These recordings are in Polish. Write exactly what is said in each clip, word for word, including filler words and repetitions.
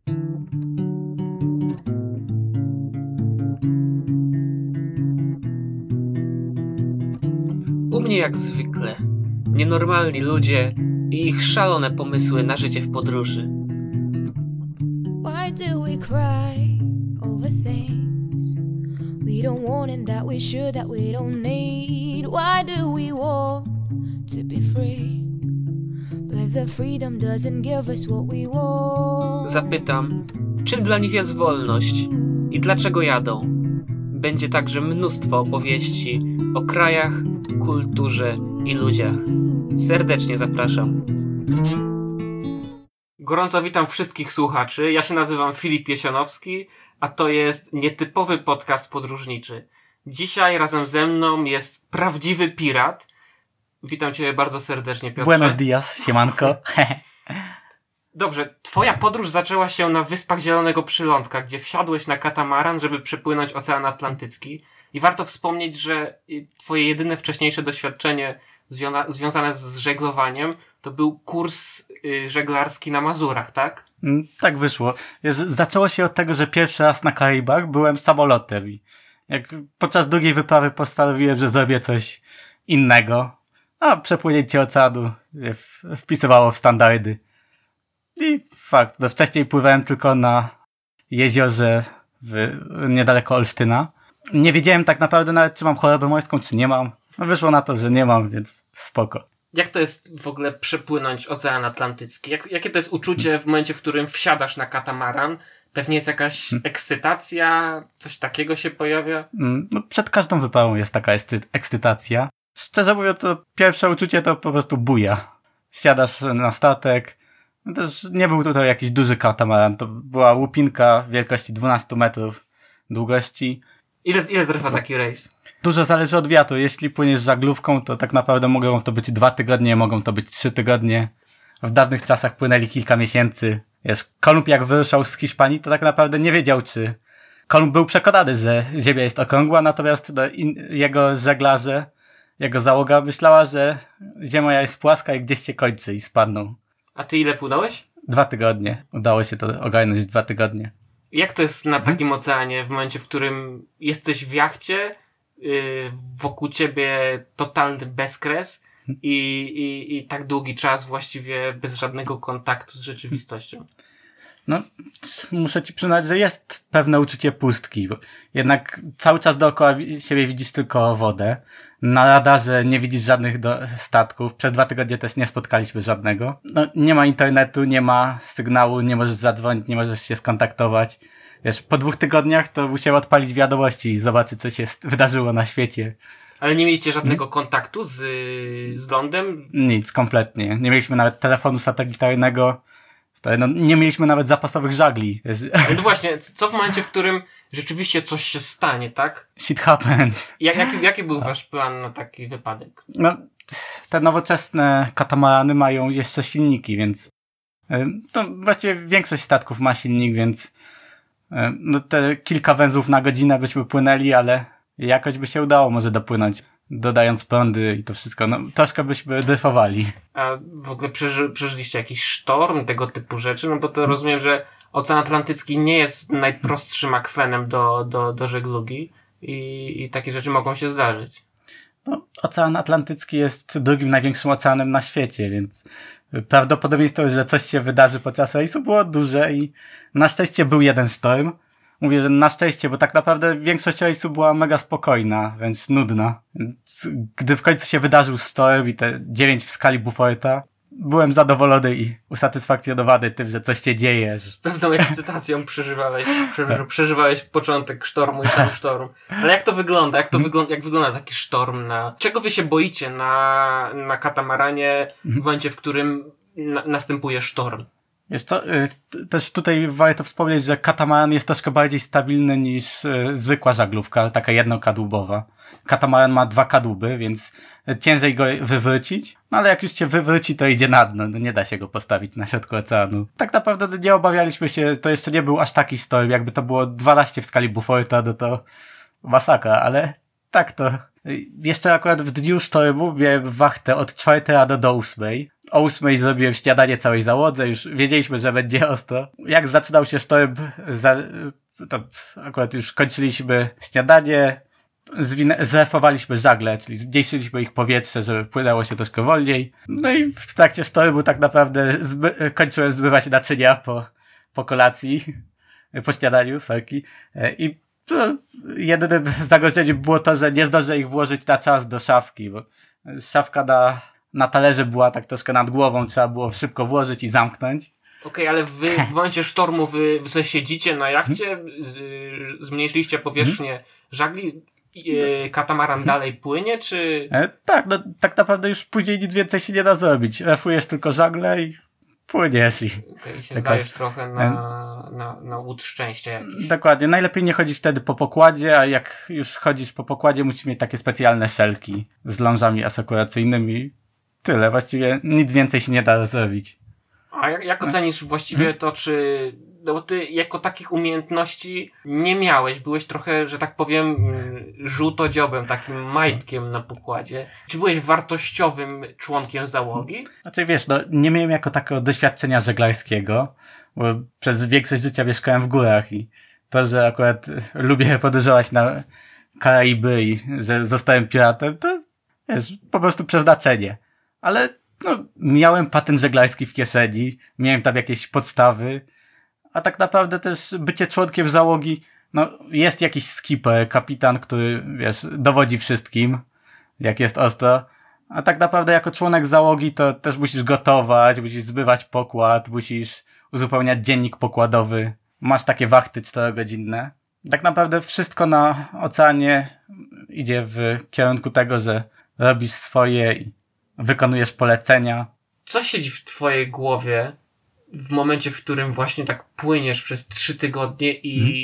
U mnie jak zwykle nienormalni ludzie i ich szalone pomysły na życie w podróży. Why do we cry over things we don't want and that we should, that we don't need? Why do we want to be free but the freedom doesn't give us what we want? Zapytam, czym dla nich jest wolność i dlaczego jadą? Będzie także mnóstwo opowieści o krajach, kulturze i ludziach. Serdecznie zapraszam. Gorąco witam wszystkich słuchaczy. Ja się nazywam Filip Jesionowski, a to jest nietypowy podcast podróżniczy. Dzisiaj razem ze mną jest prawdziwy pirat. Witam cię bardzo serdecznie, Piotrze. Buenos dias, siemanko. Dobrze, twoja podróż zaczęła się na Wyspach Zielonego Przylądka, gdzie wsiadłeś na katamaran, żeby przepłynąć Ocean Atlantycki. I warto wspomnieć, że twoje jedyne wcześniejsze doświadczenie zwiona- związane z żeglowaniem to był kurs y, żeglarski na Mazurach, tak? Mm, tak wyszło. Wiesz, zaczęło się od tego, że pierwszy raz na Karaibach byłem samolotem i jak podczas drugiej wyprawy postanowiłem, że zrobię coś innego, a przepłynięcie oceanu w- wpisywało w standardy. I fakt, no wcześniej pływałem tylko na jeziorze w, niedaleko Olsztyna. Nie wiedziałem tak naprawdę nawet, czy mam chorobę morską, czy nie mam. No wyszło na to, że nie mam, więc spoko. Jak to jest w ogóle przepłynąć Ocean Atlantycki? Jak, jakie to jest uczucie w momencie, w którym wsiadasz na katamaran? Pewnie jest jakaś hmm. ekscytacja, coś takiego się pojawia? No, przed każdą wyprawą jest taka ekscy- ekscytacja. Szczerze mówiąc, to pierwsze uczucie to po prostu buja. Siadasz na statek. No też nie był tutaj jakiś duży katamaran. To była łupinka wielkości dwanaście metrów długości. Ile, ile trwa taki rejs? Dużo zależy od wiatru. Jeśli płyniesz żaglówką, to tak naprawdę mogą to być dwa tygodnie, mogą to być trzy tygodnie. W dawnych czasach płynęli kilka miesięcy. Wiesz, Kolumb jak wyruszał z Hiszpanii, to tak naprawdę nie wiedział, czy... Kolumb był przekonany, że Ziemia jest okrągła, natomiast no, in... jego żeglarze, jego załoga myślała, że Ziemia jest płaska i gdzieś się kończy i spadną. A ty ile płynąłeś? Dwa tygodnie. Udało się to ogarnąć w dwa tygodnie. Jak to jest na takim hmm? oceanie, w momencie, w którym jesteś w jachcie, yy, wokół ciebie totalny bezkres i, i, i tak długi czas właściwie bez żadnego kontaktu z rzeczywistością? No, muszę ci przyznać, że jest pewne uczucie pustki, bo jednak cały czas dookoła siebie widzisz tylko wodę. Na radarze nie widzisz żadnych do- statków. Przez dwa tygodnie też nie spotkaliśmy żadnego. No, nie ma internetu, nie ma sygnału, nie możesz zadzwonić, nie możesz się skontaktować. Wiesz, po dwóch tygodniach to musiałem odpalić wiadomości i zobaczyć, co się st- wydarzyło na świecie. Ale nie mieliście żadnego hmm? kontaktu z, z lądem? Nic, kompletnie. Nie mieliśmy nawet telefonu satelitarnego. No, nie mieliśmy nawet zapasowych żagli. No właśnie, co w momencie, w którym rzeczywiście coś się stanie, tak? Shit happens. Jak, jaki, jaki był wasz plan na taki wypadek? No, te nowoczesne katamarany mają jeszcze silniki, więc no, właściwie większość statków ma silnik, więc no, te kilka węzłów na godzinę byśmy płynęli, ale jakoś by się udało może dopłynąć, dodając prądy i to wszystko. No, troszkę byśmy dryfowali. A w ogóle przeży, przeżyliście jakiś sztorm, tego typu rzeczy? No bo to rozumiem, że Ocean Atlantycki nie jest najprostszym akwenem do, do, do żeglugi i, i takie rzeczy mogą się zdarzyć. No, Ocean Atlantycki jest drugim największym oceanem na świecie, więc prawdopodobieństwo, że coś się wydarzy podczas rejsu było duże i na szczęście był jeden sztorm. Mówię, że na szczęście, bo tak naprawdę większość rejsu była mega spokojna, wręcz nudna. Więc gdy w końcu się wydarzył sztorm i te dziewięć w skali Beauforta, byłem zadowolony i usatysfakcjonowany tym, że coś się dzieje. Z pewną ekscytacją przeżywałeś, prze, przeżywałeś początek sztormu i sam sztorm. Ale jak to wygląda? Jak to wygląda, jak wygląda taki sztorm? Na czego wy się boicie na, na katamaranie w momencie, w którym na, następuje sztorm? Wiesz co, też tutaj warto wspomnieć, że katamaran jest troszkę bardziej stabilny niż zwykła żaglówka, taka jednokadłubowa. Katamaran ma dwa kadłuby, więc ciężej go wywrócić, no ale jak już się wywróci, to idzie na dno, no nie da się go postawić na środku oceanu. Tak naprawdę nie obawialiśmy się, to jeszcze nie był aż taki sztorm, jakby to było dwanaście w skali Beauforta, no to masakra, ale tak to Jeszcze akurat w dniu sztormu miałem wachtę od czwartej rano do ósmej. O ósmej zrobiłem śniadanie całej załodze, już wiedzieliśmy, że będzie ostro. Jak zaczynał się sztorm, za, to akurat już kończyliśmy śniadanie, zwin- zrefowaliśmy żagle, czyli zmniejszyliśmy ich powietrze, żeby płynęło się troszkę wolniej. No i w trakcie sztormu tak naprawdę zby- kończyłem zmywać naczynia po, po kolacji, po śniadaniu, sorki. I to jedynym zagrożeniem było to, że nie zdążę ich włożyć na czas do szafki, bo szafka na, na talerze była tak troszkę nad głową, trzeba było szybko włożyć i zamknąć. Okej, okay, ale wy w momencie sztormu wy, wy siedzicie na jachcie, z, zmniejszyliście powierzchnię żagli, e, katamaran dalej płynie, czy... E, tak, no tak naprawdę już później nic więcej się nie da zrobić. Refujesz tylko żagle i płyniesz i... Okej, okay, się zdajesz trochę na, na, na łód szczęścia jakiś. Dokładnie, najlepiej nie chodzić wtedy po pokładzie, a jak już chodzisz po pokładzie, musisz mieć takie specjalne szelki z lążami asekuracyjnymi. Tyle, właściwie nic więcej się nie da zrobić. A jak, jak ocenisz właściwie to, czy... No bo ty jako takich umiejętności nie miałeś, byłeś trochę, że tak powiem, żółtodziobem, takim majtkiem na pokładzie. Czy byłeś wartościowym członkiem załogi? Znaczy wiesz, no nie miałem jako takiego doświadczenia żeglarskiego, bo przez większość życia mieszkałem w górach i to, że akurat lubię podróżować na Karaiby i że zostałem piratem, to wiesz, po prostu przeznaczenie. Ale no, miałem patent żeglarski w kieszeni, miałem tam jakieś podstawy, a tak naprawdę też bycie członkiem załogi, no jest jakiś skipper, kapitan, który, wiesz, dowodzi wszystkim, jak jest ostro, a tak naprawdę jako członek załogi to też musisz gotować, musisz zbywać pokład, musisz uzupełniać dziennik pokładowy, masz takie wachty czterogodzinne. Tak naprawdę wszystko na oceanie idzie w kierunku tego, że robisz swoje i wykonujesz polecenia. Co siedzi w twojej głowie w momencie, w którym właśnie tak płyniesz przez trzy tygodnie i, hmm.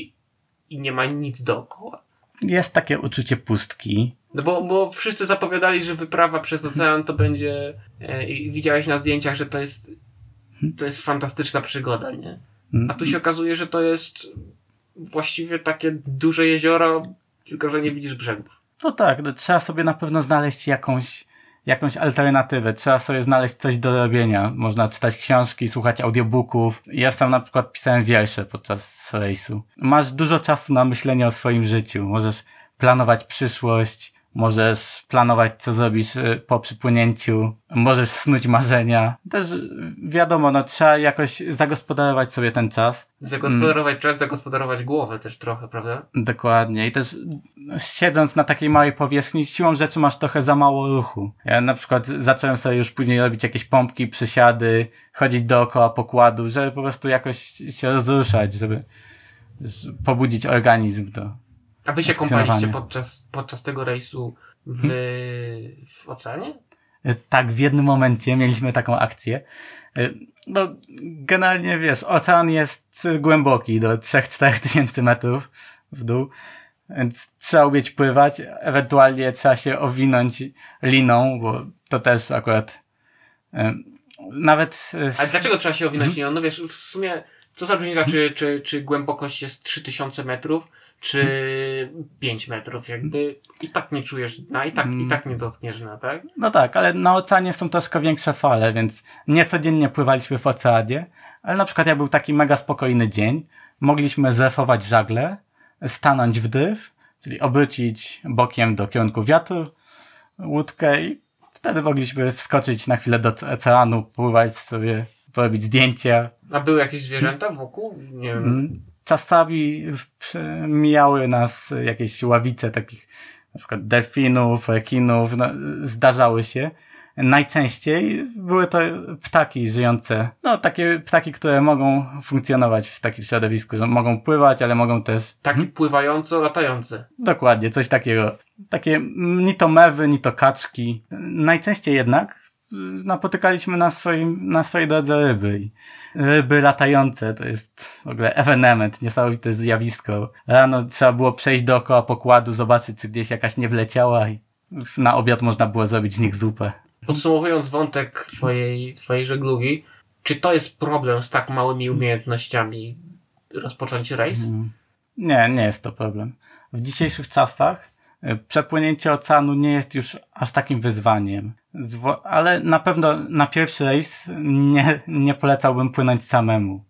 i nie ma nic dookoła? Jest takie uczucie pustki. No bo, bo wszyscy zapowiadali, że wyprawa przez ocean to będzie e, i widziałeś na zdjęciach, że to jest to jest fantastyczna przygoda, nie? A tu się okazuje, że to jest właściwie takie duże jezioro, tylko że nie widzisz brzegów. No tak, no, trzeba sobie na pewno znaleźć jakąś jakąś alternatywę. Trzeba sobie znaleźć coś do robienia. Można czytać książki, słuchać audiobooków. Ja sam na przykład pisałem wiersze podczas rejsu. Masz dużo czasu na myślenie o swoim życiu. Możesz planować przyszłość, możesz planować, co zrobisz po przypłynięciu, możesz snuć marzenia. Też wiadomo, no trzeba jakoś zagospodarować sobie ten czas. Zagospodarować mm. czas, zagospodarować głowę też trochę, prawda? Dokładnie. I też siedząc na takiej małej powierzchni, siłą rzeczy masz trochę za mało ruchu. Ja na przykład zacząłem sobie już później robić jakieś pompki, przysiady, chodzić dookoła pokładu, żeby po prostu jakoś się rozruszać, żeby pobudzić organizm do A wy się kąpaliście podczas, podczas tego rejsu w, w oceanie? Tak, w jednym momencie mieliśmy taką akcję. No, generalnie wiesz, ocean jest głęboki, do trzy do czterech tysięcy metrów w dół, więc trzeba umieć pływać, ewentualnie trzeba się owinąć liną, bo to też akurat nawet... Ale dlaczego trzeba się owinąć liną? No wiesz, w sumie co za różnica, czy, czy, czy głębokość jest trzy tysiące metrów, czy pięć metrów, jakby i tak nie czujesz dna, i tak, mm. i tak nie dotkniesz dna, tak? No tak, ale na oceanie są troszkę większe fale, więc nie codziennie pływaliśmy w oceanie, ale na przykład jak był taki mega spokojny dzień, mogliśmy zrefować żagle, stanąć w dryf, czyli obrócić bokiem do kierunku wiatru łódkę i wtedy mogliśmy wskoczyć na chwilę do oceanu, pływać sobie, porobić zdjęcia. A były jakieś zwierzęta wokół? Nie wiem. Mm. Czasami mijały nas jakieś ławice takich na przykład delfinów, rekinów, no, zdarzały się. Najczęściej były to ptaki żyjące, no takie ptaki, które mogą funkcjonować w takim środowisku, że mogą pływać, ale mogą też... Takie hmm? pływająco, latające. Dokładnie, coś takiego. Takie ni to mewy, ni to kaczki. Najczęściej jednak napotykaliśmy na, swoim, na swojej drodze ryby. Ryby latające to jest w ogóle ewenement, niesamowite zjawisko. Rano trzeba było przejść dookoła pokładu, zobaczyć, czy gdzieś jakaś nie wleciała i na obiad można było zrobić z nich zupę. Podsumowując wątek twojej, twojej żeglugi, czy to jest problem z tak małymi umiejętnościami rozpocząć rejs? Nie, nie jest to problem. W dzisiejszych czasach Przepłynięcie oceanu nie jest już aż takim wyzwaniem. Zwo- ale na pewno na pierwszy rejs nie, nie polecałbym płynąć samemu.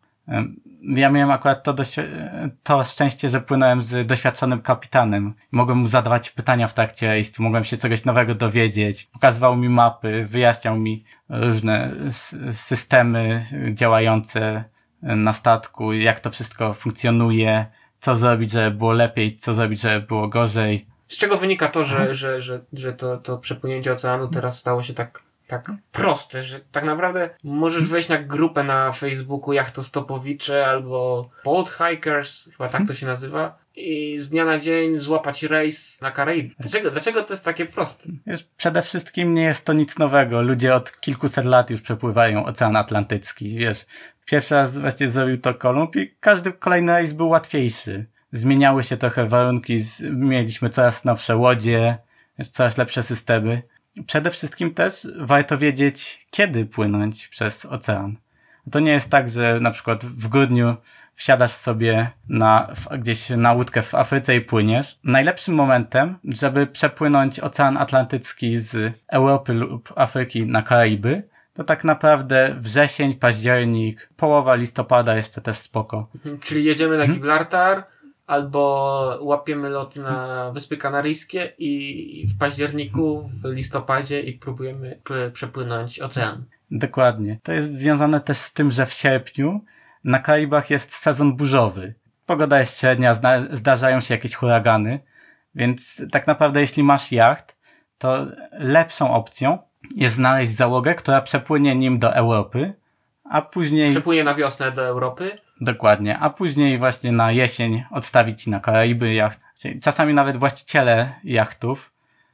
Ja miałem akurat to, doświ- to szczęście, że płynąłem z doświadczonym kapitanem. Mogłem mu zadawać pytania w trakcie rejsu, mogłem się czegoś nowego dowiedzieć. Pokazywał mi mapy, wyjaśniał mi różne s- systemy działające na statku, jak to wszystko funkcjonuje, co zrobić, żeby było lepiej, co zrobić, żeby było gorzej. Z czego wynika to, że, że, że, że to, to przepłynięcie oceanu teraz stało się tak, tak proste, że tak naprawdę możesz wejść na grupę na Facebooku Jachtostopowicze albo Boat Hikers, chyba tak to się nazywa, i z dnia na dzień złapać rejs na Karaiby. Dlaczego, dlaczego to jest takie proste? Wiesz, przede wszystkim nie jest to nic nowego. Ludzie od kilkuset lat już przepływają Ocean Atlantycki. Wiesz, pierwszy raz właśnie zrobił to Kolumb i każdy kolejny rejs był łatwiejszy. Zmieniały się trochę warunki, z, mieliśmy coraz nowsze łodzie, coraz lepsze systemy. Przede wszystkim też warto wiedzieć, kiedy płynąć przez ocean. To nie jest tak, że na przykład w grudniu wsiadasz sobie na, w, gdzieś na łódkę w Afryce i płyniesz. Najlepszym momentem, żeby przepłynąć Ocean Atlantycki z Europy lub Afryki na Karaiby, to tak naprawdę wrzesień, październik, połowa listopada jeszcze też spoko. Czyli jedziemy na Mhm. Gibraltar, albo łapiemy lot na Wyspy Kanaryjskie i w październiku, w listopadzie i próbujemy p- przepłynąć ocean. Dokładnie. To jest związane też z tym, że w sierpniu na Karaibach jest sezon burzowy. Pogoda jest średnia, zda- zdarzają się jakieś huragany, więc tak naprawdę jeśli masz jacht, to lepszą opcją jest znaleźć załogę, która przepłynie nim do Europy, a później... Przepłynie na wiosnę do Europy. Dokładnie, a później właśnie na jesień odstawić na Karaiby jacht. Czasami nawet właściciele jachtów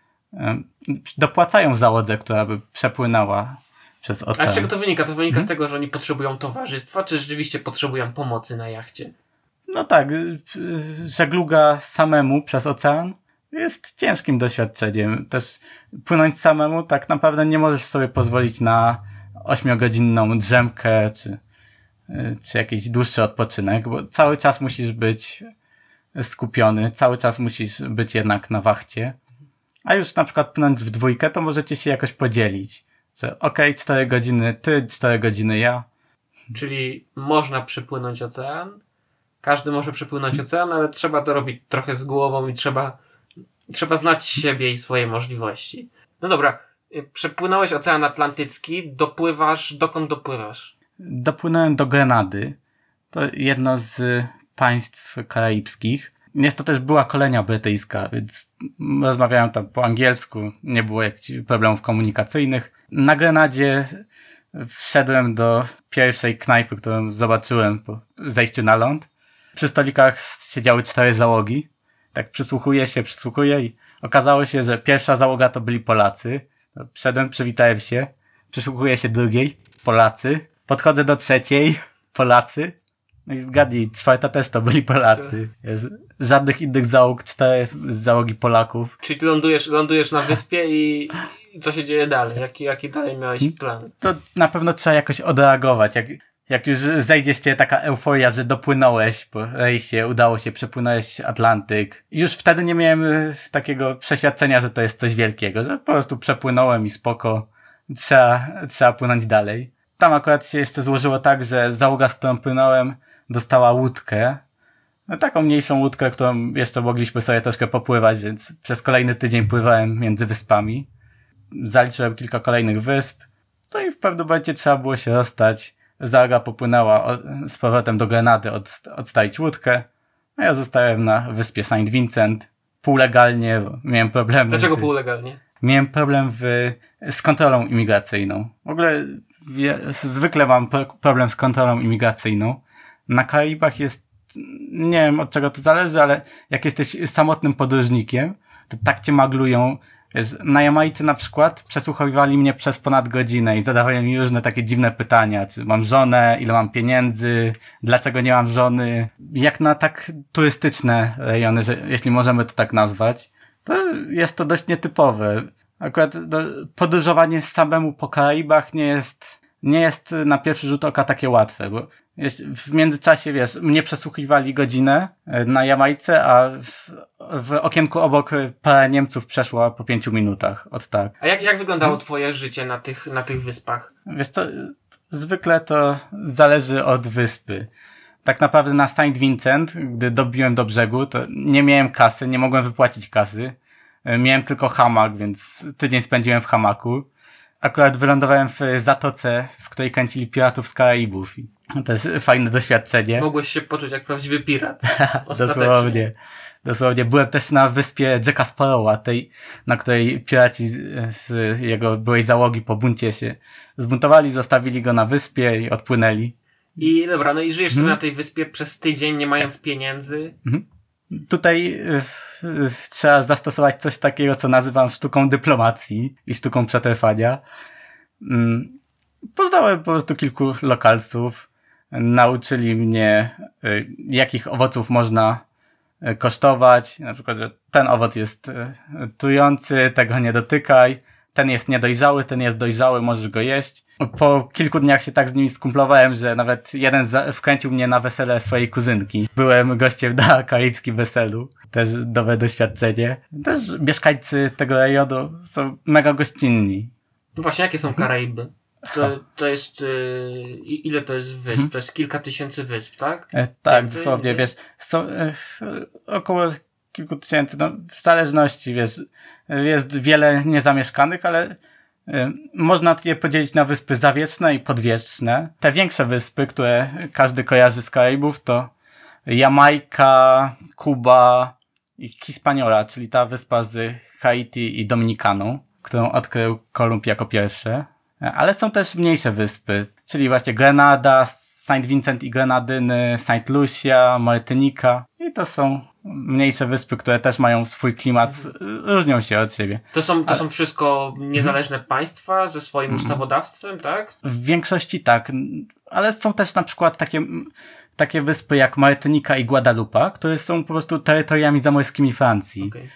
em, dopłacają załodze, która by przepłynęła przez ocean. A z czego to wynika? To wynika Mhm. z tego, że oni potrzebują towarzystwa, czy rzeczywiście potrzebują pomocy na jachcie? No tak, y, y, żegluga samemu przez ocean jest ciężkim doświadczeniem. Też płynąć samemu tak naprawdę nie możesz sobie pozwolić na ośmiogodzinną drzemkę, czy, y, czy jakiś dłuższy odpoczynek, bo cały czas musisz być skupiony, cały czas musisz być jednak na wachcie. A już na przykład płynąć w dwójkę, to możecie się jakoś podzielić. Że okej, okay, cztery godziny ty, cztery godziny ja. Czyli można przepłynąć ocean, każdy może przepłynąć ocean, ale trzeba to robić trochę z głową i trzeba, trzeba znać siebie i swoje możliwości. No dobra, przepłynąłeś Ocean Atlantycki, dopływasz, dokąd dopływasz? Dopłynąłem do Grenady. To jedno z państw karaibskich. Jest to też była kolonia brytyjska, więc rozmawiałem tam po angielsku, nie było jakichś problemów komunikacyjnych. Na Grenadzie wszedłem do pierwszej knajpy, którą zobaczyłem po zejściu na ląd. Przy stolikach siedziały cztery załogi. Tak przysłuchuję się, przysłuchuję i okazało się, że pierwsza załoga to byli Polacy. Wszedłem, przywitałem się, przysłuchuję się drugiej, Polacy. Podchodzę do trzeciej, Polacy. No i zgadnij, czwarta też to byli Polacy. Żadnych innych załóg, cztery z załogi Polaków. Czyli ty lądujesz, lądujesz na wyspie i, i co się dzieje dalej? Jaki, jaki dalej miałeś plan? To na pewno trzeba jakoś odreagować. Jak, jak już zejdzie z ciebie taka euforia, że dopłynąłeś po rejsie, udało się, przepłynąłeś Atlantyk. Już wtedy nie miałem takiego przeświadczenia, że to jest coś wielkiego, że po prostu przepłynąłem i spoko. Trzeba, trzeba płynąć dalej. Tam akurat się jeszcze złożyło tak, że załoga, z którą płynąłem, dostała łódkę. No, taką mniejszą łódkę, którą jeszcze mogliśmy sobie troszkę popływać, więc przez kolejny tydzień pływałem między wyspami. Zaliczyłem kilka kolejnych wysp. No i w pewnym momencie trzeba było się rozstać. Załoga popłynęła od, z powrotem do Grenady od, odstawić łódkę. A ja zostałem na wyspie Saint Vincent. Półlegalnie, bo miałem problemy. Dlaczego z, półlegalnie? Miałem problem w, z kontrolą imigracyjną. W ogóle ja, zwykle mam problem z kontrolą imigracyjną. Na Karaibach jest, nie wiem od czego to zależy, ale jak jesteś samotnym podróżnikiem, to tak cię maglują. Wiesz, na Jamajce na przykład przesłuchiwali mnie przez ponad godzinę i zadawali mi różne takie dziwne pytania. Czy mam żonę, ile mam pieniędzy, dlaczego nie mam żony. Jak na tak turystyczne rejony, że, jeśli możemy to tak nazwać, to jest to dość nietypowe. Akurat no, podróżowanie samemu po Karaibach nie jest, nie jest na pierwszy rzut oka takie łatwe, bo w międzyczasie, wiesz, mnie przesłuchiwali godzinę na Jamajce, a w w okienku obok parę Niemców przeszło po pięciu minutach, od tak. A jak, jak wyglądało twoje życie na tych, na tych wyspach? Wiesz co, zwykle to zależy od wyspy. Tak naprawdę na Saint Vincent, gdy dobiłem do brzegu, to nie miałem kasy, nie mogłem wypłacić kasy. Miałem tylko hamak, więc tydzień spędziłem w hamaku. Akurat wylądowałem w zatoce, w której kręcili piratów z Karaibów. To jest fajne doświadczenie. Mogłeś się poczuć jak prawdziwy pirat. Dosłownie. Dosłownie. Byłem też na wyspie Jacka Sparrowa, tej, na której piraci z, z jego byłej załogi po buncie się zbuntowali, zostawili go na wyspie i odpłynęli. I dobra, no i żyjesz hmm. sobie na tej wyspie przez tydzień, nie mając pieniędzy. Hmm. Tutaj y, y, trzeba zastosować coś takiego, co nazywam sztuką dyplomacji i sztuką przetrwania. Y, poznałem po prostu kilku lokalców. Nauczyli mnie, y, jakich owoców można y, kosztować. Na przykład, że ten owoc jest y, trujący, tego nie dotykaj. Ten jest niedojrzały, ten jest dojrzały, możesz go jeść. Po kilku dniach się tak z nimi skumplowałem, że nawet jeden za- wkręcił mnie na wesele swojej kuzynki. Byłem gościem na karaibskim weselu. Też nowe doświadczenie. Też mieszkańcy tego rejonu są mega gościnni. No właśnie, jakie są Karaiby? To, to jest... Yy, ile to jest wysp? Hmm? To jest kilka tysięcy wysp, tak? E, tak, Więcej? dosłownie, wiesz, są e, około kilku tysięcy, no w zależności, wiesz, jest wiele niezamieszkanych, ale y, można je podzielić na wyspy zawieczne i podwietrzne. Te większe wyspy, które każdy kojarzy z Karaibów, to Jamajka, Kuba i Hispaniola, czyli ta wyspa z Haiti i Dominikaną, którą odkrył Kolumb jako pierwszy. Ale są też mniejsze wyspy, czyli właśnie Grenada, Saint Vincent i Grenadyny, Saint Lucia, Martynika i to są mniejsze wyspy, które też mają swój klimat, różnią się od siebie. To są, to Ale... są wszystko niezależne hmm. państwa ze swoim hmm. ustawodawstwem, tak? W większości tak, ale są też na przykład takie, takie wyspy jak Martynika i Guadalupe, które są po prostu terytoriami zamorskimi Francji. Okay.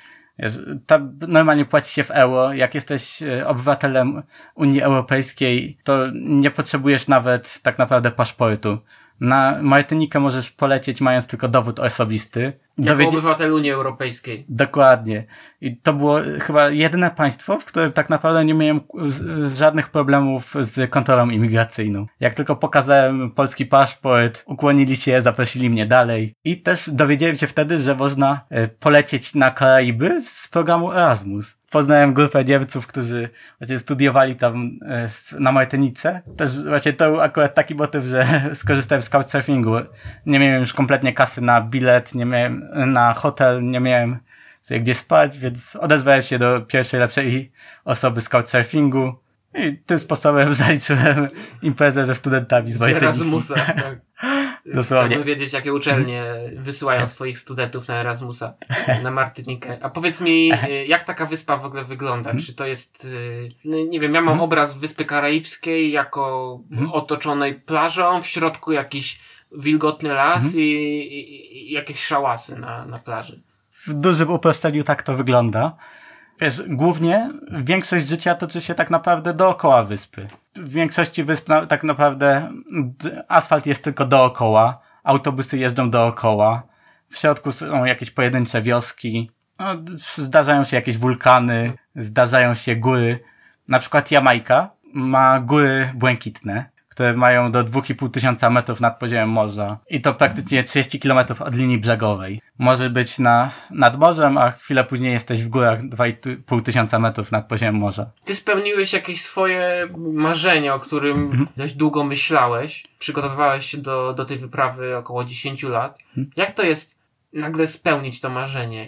Tam normalnie płaci się w euro. Jak jesteś obywatelem Unii Europejskiej, to nie potrzebujesz nawet tak naprawdę paszportu. Na Martynikę możesz polecieć mając tylko dowód osobisty. Jako Dowiedz... obywatel Unii Europejskiej. Dokładnie. I to było chyba jedyne państwo, w którym tak naprawdę nie miałem żadnych problemów z kontrolą imigracyjną. Jak tylko pokazałem polski paszport, ukłonili się, zaprosili mnie dalej. I też dowiedziałem się wtedy, że można polecieć na Karaiby z programu Erasmus. Poznałem grupę Niemców, którzy właśnie studiowali tam na Martynice. Też właśnie to był akurat taki motyw, że skorzystałem z couchsurfingu. Nie miałem już kompletnie kasy na bilet, nie miałem na hotel, nie miałem sobie gdzie spać, więc odezwałem się do pierwszej lepszej osoby z couchsurfingu i tym sposobem zaliczyłem imprezę ze studentami z Martyniki. Z Erasmusa, tak. Dosłownie. Chciałbym wiedzieć, jakie uczelnie wysyłają swoich studentów na Erasmusa, na Martynikę. A powiedz mi, jak taka wyspa w ogóle wygląda? Czy to jest, no nie wiem, ja mam obraz Wyspy Karaibskiej jako otoczonej plażą, w środku jakiś wilgotny las i, i, i jakieś szałasy na, na plaży. W dużym uproszczeniu tak to wygląda. Wiesz, głównie większość życia toczy się tak naprawdę dookoła wyspy. W większości wysp na, tak naprawdę asfalt jest tylko dookoła, autobusy jeżdżą dookoła, w środku są jakieś pojedyncze wioski, no, zdarzają się jakieś wulkany, zdarzają się góry. Na przykład Jamajka ma góry błękitne, które mają do dwa i pół tysiąca metrów nad poziomem morza i to praktycznie trzydzieści kilometrów od linii brzegowej. Może być na, nad morzem, a chwilę później jesteś w górach dwa i pół tysiąca metrów nad poziomem morza. Ty spełniłeś jakieś swoje marzenie, o którym mhm. dość długo myślałeś. Przygotowywałeś się do, do tej wyprawy około dziesięć lat. Mhm. Jak to jest nagle spełnić to marzenie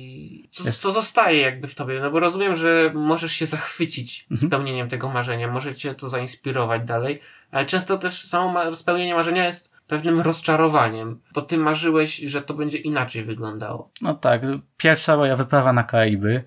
i co, co zostaje jakby w tobie? No bo rozumiem, że możesz się zachwycić mhm. spełnieniem tego marzenia, może cię to zainspirować dalej, ale często też samo ma- spełnienie marzenia jest pewnym rozczarowaniem, bo ty marzyłeś, że to będzie inaczej wyglądało. No tak, pierwsza moja wyprawa na Karaiby,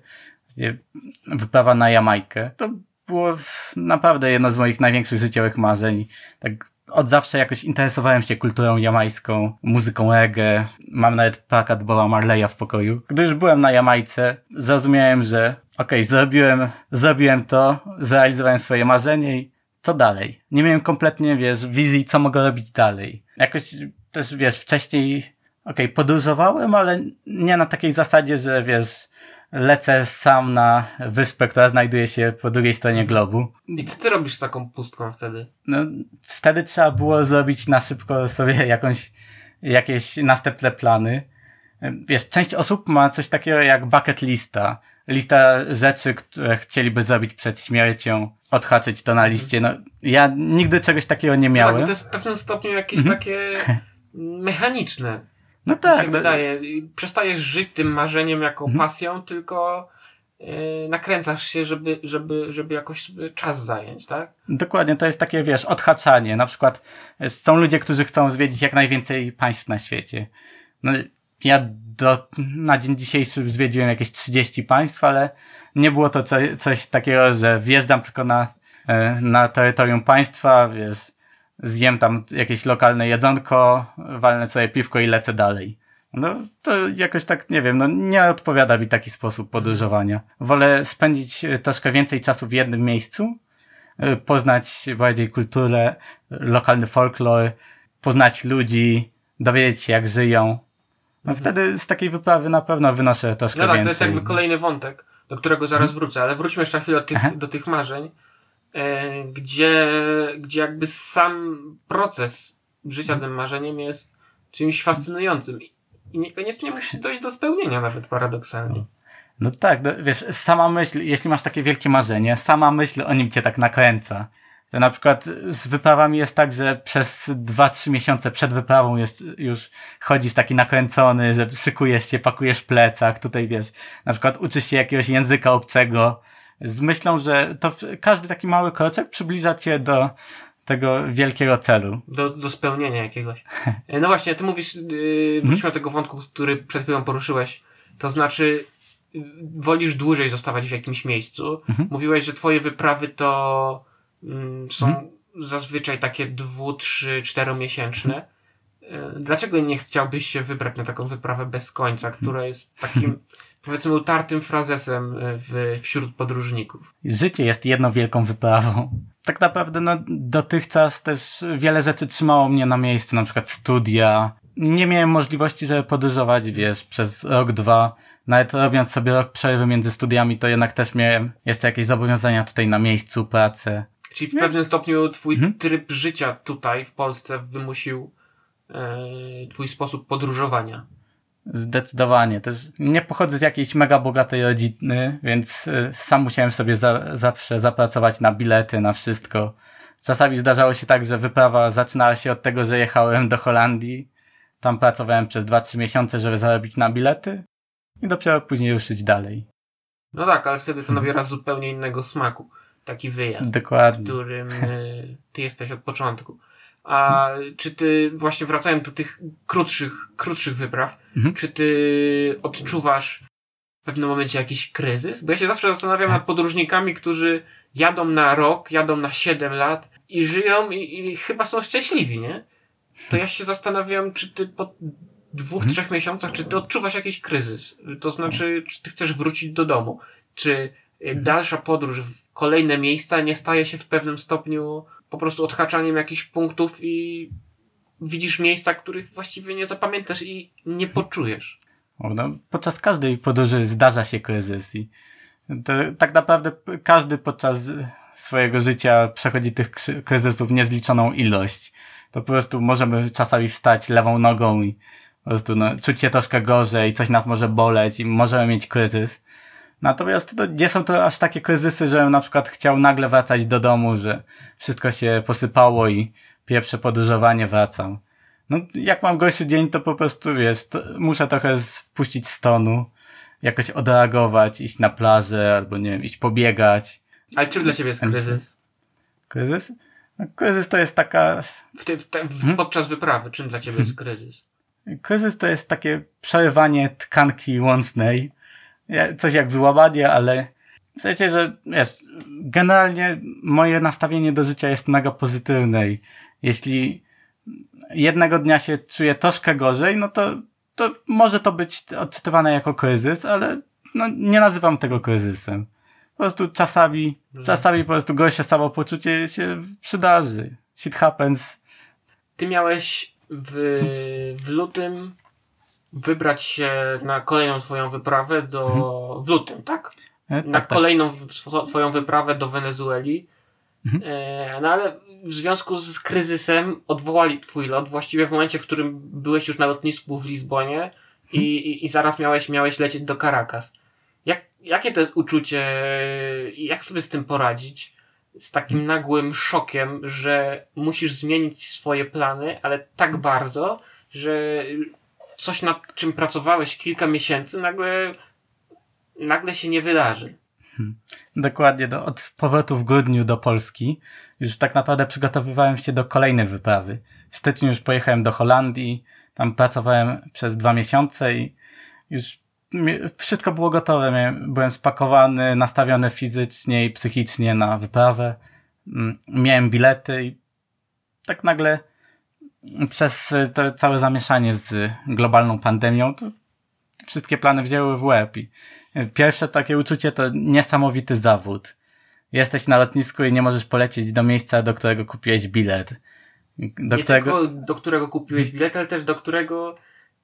wyprawa na Jamajkę, to było naprawdę jedno z moich największych życiowych marzeń. Tak od zawsze jakoś interesowałem się kulturą jamajską, muzyką reggae. Mam nawet plakat Boba Marleya w pokoju. Gdy już byłem na Jamajce, zrozumiałem, że okej, okay, zrobiłem, zrobiłem to, zrealizowałem swoje marzenie i co dalej? Nie miałem kompletnie, wiesz, wizji, co mogę robić dalej. Jakoś też, wiesz, wcześniej Okej, okay, podróżowałem, ale nie na takiej zasadzie, że wiesz, lecę sam na wyspę, która znajduje się po drugiej stronie globu. I co ty robisz z taką pustką wtedy? No, wtedy trzeba było zrobić na szybko sobie jakąś, jakieś następne plany. Wiesz, część osób ma coś takiego jak bucket lista. Lista rzeczy, które chcieliby zrobić przed śmiercią, odhaczyć to na liście. No, ja nigdy czegoś takiego nie miałem. No tak, to jest w pewnym stopniu jakieś mm-hmm. takie mechaniczne. No tak. Mi się no... wydaje. Przestajesz żyć tym marzeniem jako mm-hmm. pasją, tylko yy, nakręcasz się, żeby, żeby, żeby jakoś sobie czas zająć, tak? Dokładnie, to jest takie, wiesz, odhaczanie. Na przykład są ludzie, którzy chcą zwiedzić jak najwięcej państw na świecie. No, ja do, na dzień dzisiejszy zwiedziłem jakieś trzydzieści państw, ale nie było to co, coś takiego, że wjeżdżam tylko na, na terytorium państwa, wiesz, zjem tam jakieś lokalne jedzonko, walnę sobie piwko i lecę dalej. No to jakoś tak, nie wiem, no nie odpowiada mi taki sposób podróżowania. Wolę spędzić troszkę więcej czasu w jednym miejscu, poznać bardziej kulturę, lokalny folklor, poznać ludzi, dowiedzieć się jak żyją. No wtedy z takiej wyprawy na pewno wynoszę troszkę więcej. No tak, więcej. to jest jakby kolejny wątek, do którego zaraz wrócę, ale wróćmy jeszcze na chwilę do tych, do tych marzeń, e, gdzie, gdzie jakby sam proces życia tym marzeniem jest czymś fascynującym i niekoniecznie musi dojść do spełnienia nawet paradoksalnie. No tak, no, wiesz, sama myśl, jeśli masz takie wielkie marzenie, sama myśl o nim cię tak nakręca. To na przykład z wyprawami jest tak, że przez dwa trzy miesiące przed wyprawą już, już chodzisz taki nakręcony, że szykujesz się, pakujesz plecak, tutaj wiesz, na przykład uczysz się jakiegoś języka obcego z myślą, że to każdy taki mały kroczek przybliża cię do tego wielkiego celu. Do, do spełnienia jakiegoś. No właśnie, ty mówisz, yy, wróćmy do tego wątku, który przed chwilą poruszyłeś, to znaczy wolisz dłużej zostawać w jakimś miejscu. Mhm. Mówiłeś, że twoje wyprawy to mm, są mhm. zazwyczaj takie dwu, trzy, czteromiesięczne. Dlaczego nie chciałbyś się wybrać na taką wyprawę bez końca, która jest takim, powiedzmy, utartym frazesem w, wśród podróżników? Życie jest jedną wielką wyprawą. Tak naprawdę no, dotychczas też wiele rzeczy trzymało mnie na miejscu, na przykład studia. Nie miałem możliwości, żeby podróżować, wiesz, przez rok, dwa. Nawet robiąc sobie rok przerwy między studiami, to jednak też miałem jeszcze jakieś zobowiązania tutaj na miejscu, pracę. Czyli w Więc... pewnym stopniu twój hmm? tryb życia tutaj w Polsce wymusił twój sposób podróżowania. Zdecydowanie. Też nie pochodzę z jakiejś mega bogatej rodziny, więc sam musiałem sobie za, zawsze zapracować na bilety, na wszystko. Czasami zdarzało się tak, że wyprawa zaczynała się od tego, że jechałem do Holandii. Tam pracowałem przez dwa trzy miesiące, żeby zarobić na bilety i dopiero później ruszyć dalej. No tak, ale wtedy to nabiera zupełnie innego smaku. Taki wyjazd, Dokładnie. w którym ty jesteś od początku. A czy ty, właśnie wracając do tych krótszych, krótszych wypraw, mhm. czy ty odczuwasz w pewnym momencie jakiś kryzys? Bo ja się zawsze zastanawiam nad podróżnikami, którzy jadą na rok, jadą na siedem lat i żyją i, i chyba są szczęśliwi, nie? To ja się zastanawiam, czy ty po dwóch, mhm. trzech miesiącach, czy ty odczuwasz jakiś kryzys? To znaczy, czy ty chcesz wrócić do domu? Czy dalsza podróż w kolejne miejsca nie staje się w pewnym stopniu po prostu odhaczaniem jakichś punktów i widzisz miejsca, których właściwie nie zapamiętasz i nie poczujesz. No, podczas każdej podróży zdarza się kryzys i to, tak naprawdę każdy podczas swojego życia przechodzi tych kryzysów niezliczoną ilość. To po prostu możemy czasami wstać lewą nogą i po prostu no, czuć się troszkę gorzej, coś nas może boleć i możemy mieć kryzys. Natomiast to nie są to aż takie kryzysy, żebym na przykład chciał nagle wracać do domu, że wszystko się posypało i pierwsze podróżowanie wracam. No, jak mam gorszy dzień, to po prostu, wiesz, to muszę trochę spuścić z tonu, jakoś odreagować, iść na plażę, albo nie wiem, iść pobiegać. Ale czym dla ciebie jest kryzys? Kryzys? No, kryzys to jest taka... W ty, w te, w, hmm? Podczas wyprawy, czym dla ciebie jest kryzys? Kryzys to jest takie przerywanie tkanki łącznej, coś jak złamanie, ale w sensie, że wiesz, generalnie moje nastawienie do życia jest mega pozytywne i jeśli jednego dnia się czuję troszkę gorzej, no to, to może to być odczytywane jako kryzys, ale no, nie nazywam tego kryzysem. Po prostu czasami, hmm. czasami po prostu gorsze samopoczucie się przydarzy. Shit happens. Ty miałeś w, w lutym wybrać się na kolejną twoją wyprawę do... Mhm. w lutym, tak? E, na tak, kolejną tak. twoją wyprawę do Wenezueli. Mhm. E, no ale w związku z kryzysem odwołali twój lot właściwie w momencie, w którym byłeś już na lotnisku w Lizbonie mhm. i, i, i zaraz miałeś, miałeś lecieć do Caracas. Jak, jakie to jest uczucie, jak sobie z tym poradzić? Z takim nagłym szokiem, że musisz zmienić swoje plany, ale tak bardzo, że coś, nad czym pracowałeś kilka miesięcy, nagle, nagle się nie wydarzy. Hmm. Dokładnie, do, od powrotu w grudniu do Polski już tak naprawdę przygotowywałem się do kolejnej wyprawy. W styczniu już pojechałem do Holandii, tam pracowałem przez dwa miesiące i już wszystko było gotowe. Byłem spakowany, nastawiony fizycznie i psychicznie na wyprawę. Miałem bilety i tak nagle przez to całe zamieszanie z globalną pandemią to wszystkie plany wzięły w łeb. I pierwsze takie uczucie to niesamowity zawód. Jesteś na lotnisku i nie możesz polecieć do miejsca, do którego kupiłeś bilet. Do nie którego... tylko do którego kupiłeś bilet, ale też do którego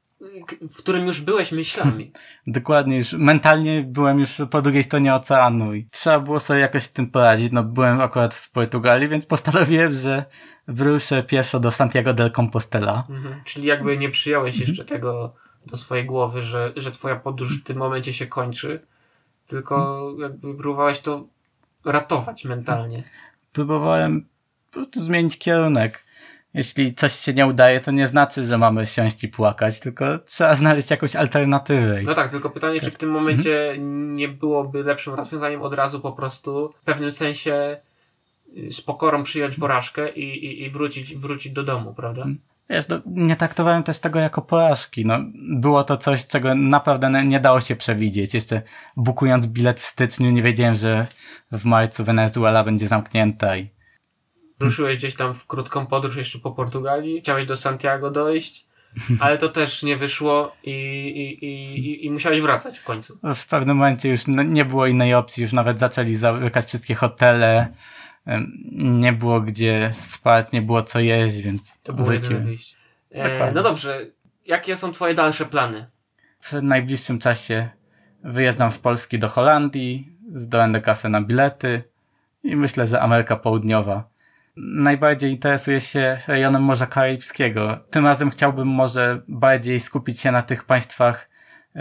w którym już byłeś myślami. Dokładnie, już mentalnie byłem już po drugiej stronie oceanu i trzeba było sobie jakoś z tym poradzić. No byłem akurat w Portugalii, więc postanowiłem, że wyruszę pieszo do Santiago del Compostela. Mhm. Czyli jakby nie przyjąłeś mhm. jeszcze tego do swojej głowy, że, że twoja podróż w tym momencie się kończy, tylko jakby próbowałeś to ratować mentalnie. Próbowałem po prostu zmienić kierunek. Jeśli coś się nie udaje, to nie znaczy, że mamy siąść i płakać, tylko trzeba znaleźć jakąś alternatywę. No tak, tylko pytanie, czy w tym momencie mhm. nie byłoby lepszym rozwiązaniem od razu po prostu w pewnym sensie z pokorą przyjąć porażkę i, i, i wrócić, wrócić do domu, prawda? Wiesz, no, nie traktowałem też tego jako porażki. No, było to coś, czego naprawdę nie dało się przewidzieć. Jeszcze bukując bilet w styczniu nie wiedziałem, że w marcu Wenezuela będzie zamknięta i ruszyłeś gdzieś tam w krótką podróż jeszcze po Portugalii, chciałeś do Santiago dojść, ale to też nie wyszło i, i, i, i musiałeś wracać w końcu. W pewnym momencie już nie było innej opcji, już nawet zaczęli zamykać wszystkie hotele, nie było gdzie spać, nie było co jeść, więc to było jedyne wyjście. E, no dobrze, jakie są twoje dalsze plany? W najbliższym czasie wyjeżdżam z Polski do Holandii, zdobędę kasę na bilety i myślę, że Ameryka Południowa. Najbardziej interesuję się rejonem Morza Karaibskiego. Tym razem chciałbym może bardziej skupić się na tych państwach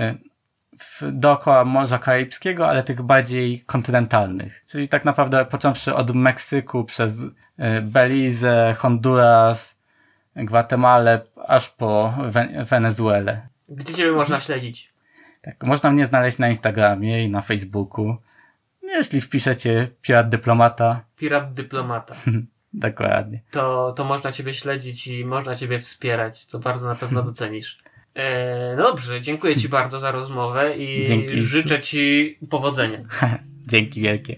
w, dookoła Morza Karaibskiego, ale tych bardziej kontynentalnych. Czyli tak naprawdę począwszy od Meksyku przez Belize, Honduras, Gwatemalę, aż po We- Wenezuelę. Gdzie ciebie można śledzić? Tak, można mnie znaleźć na Instagramie i na Facebooku. Jeśli wpiszecie Pirat Dyplomata. Pirat Dyplomata. Dokładnie. To, to można ciebie śledzić i można ciebie wspierać, co bardzo na pewno docenisz. E, no dobrze, dziękuję ci bardzo za rozmowę i Dzięki. życzę ci powodzenia. Dzięki wielkie.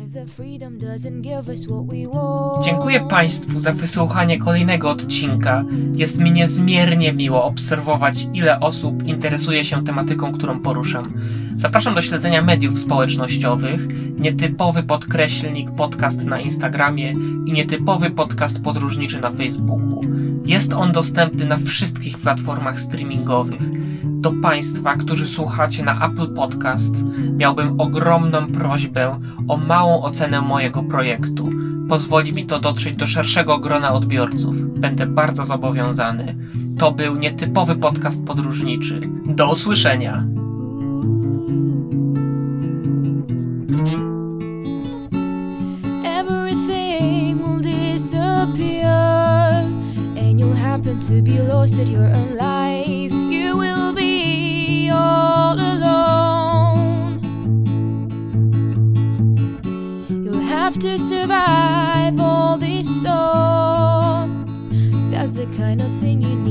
Dziękuję Państwu za wysłuchanie kolejnego odcinka. Jest mi niezmiernie miło obserwować, ile osób interesuje się tematyką, którą poruszam. Zapraszam do śledzenia mediów społecznościowych, nietypowy podkreślnik podcast na Instagramie i nietypowy podcast podróżniczy na Facebooku. Jest on dostępny na wszystkich platformach streamingowych. Do Państwa, którzy słuchacie na Apple Podcast, miałbym ogromną prośbę o małą ocenę mojego projektu. Pozwoli mi to dotrzeć do szerszego grona odbiorców. Będę bardzo zobowiązany. To był nietypowy podcast podróżniczy. Do usłyszenia! Everything will disappear and you'll happen to be lost at your own life. You will be all alone. You'll have to survive all these storms. That's the kind of thing you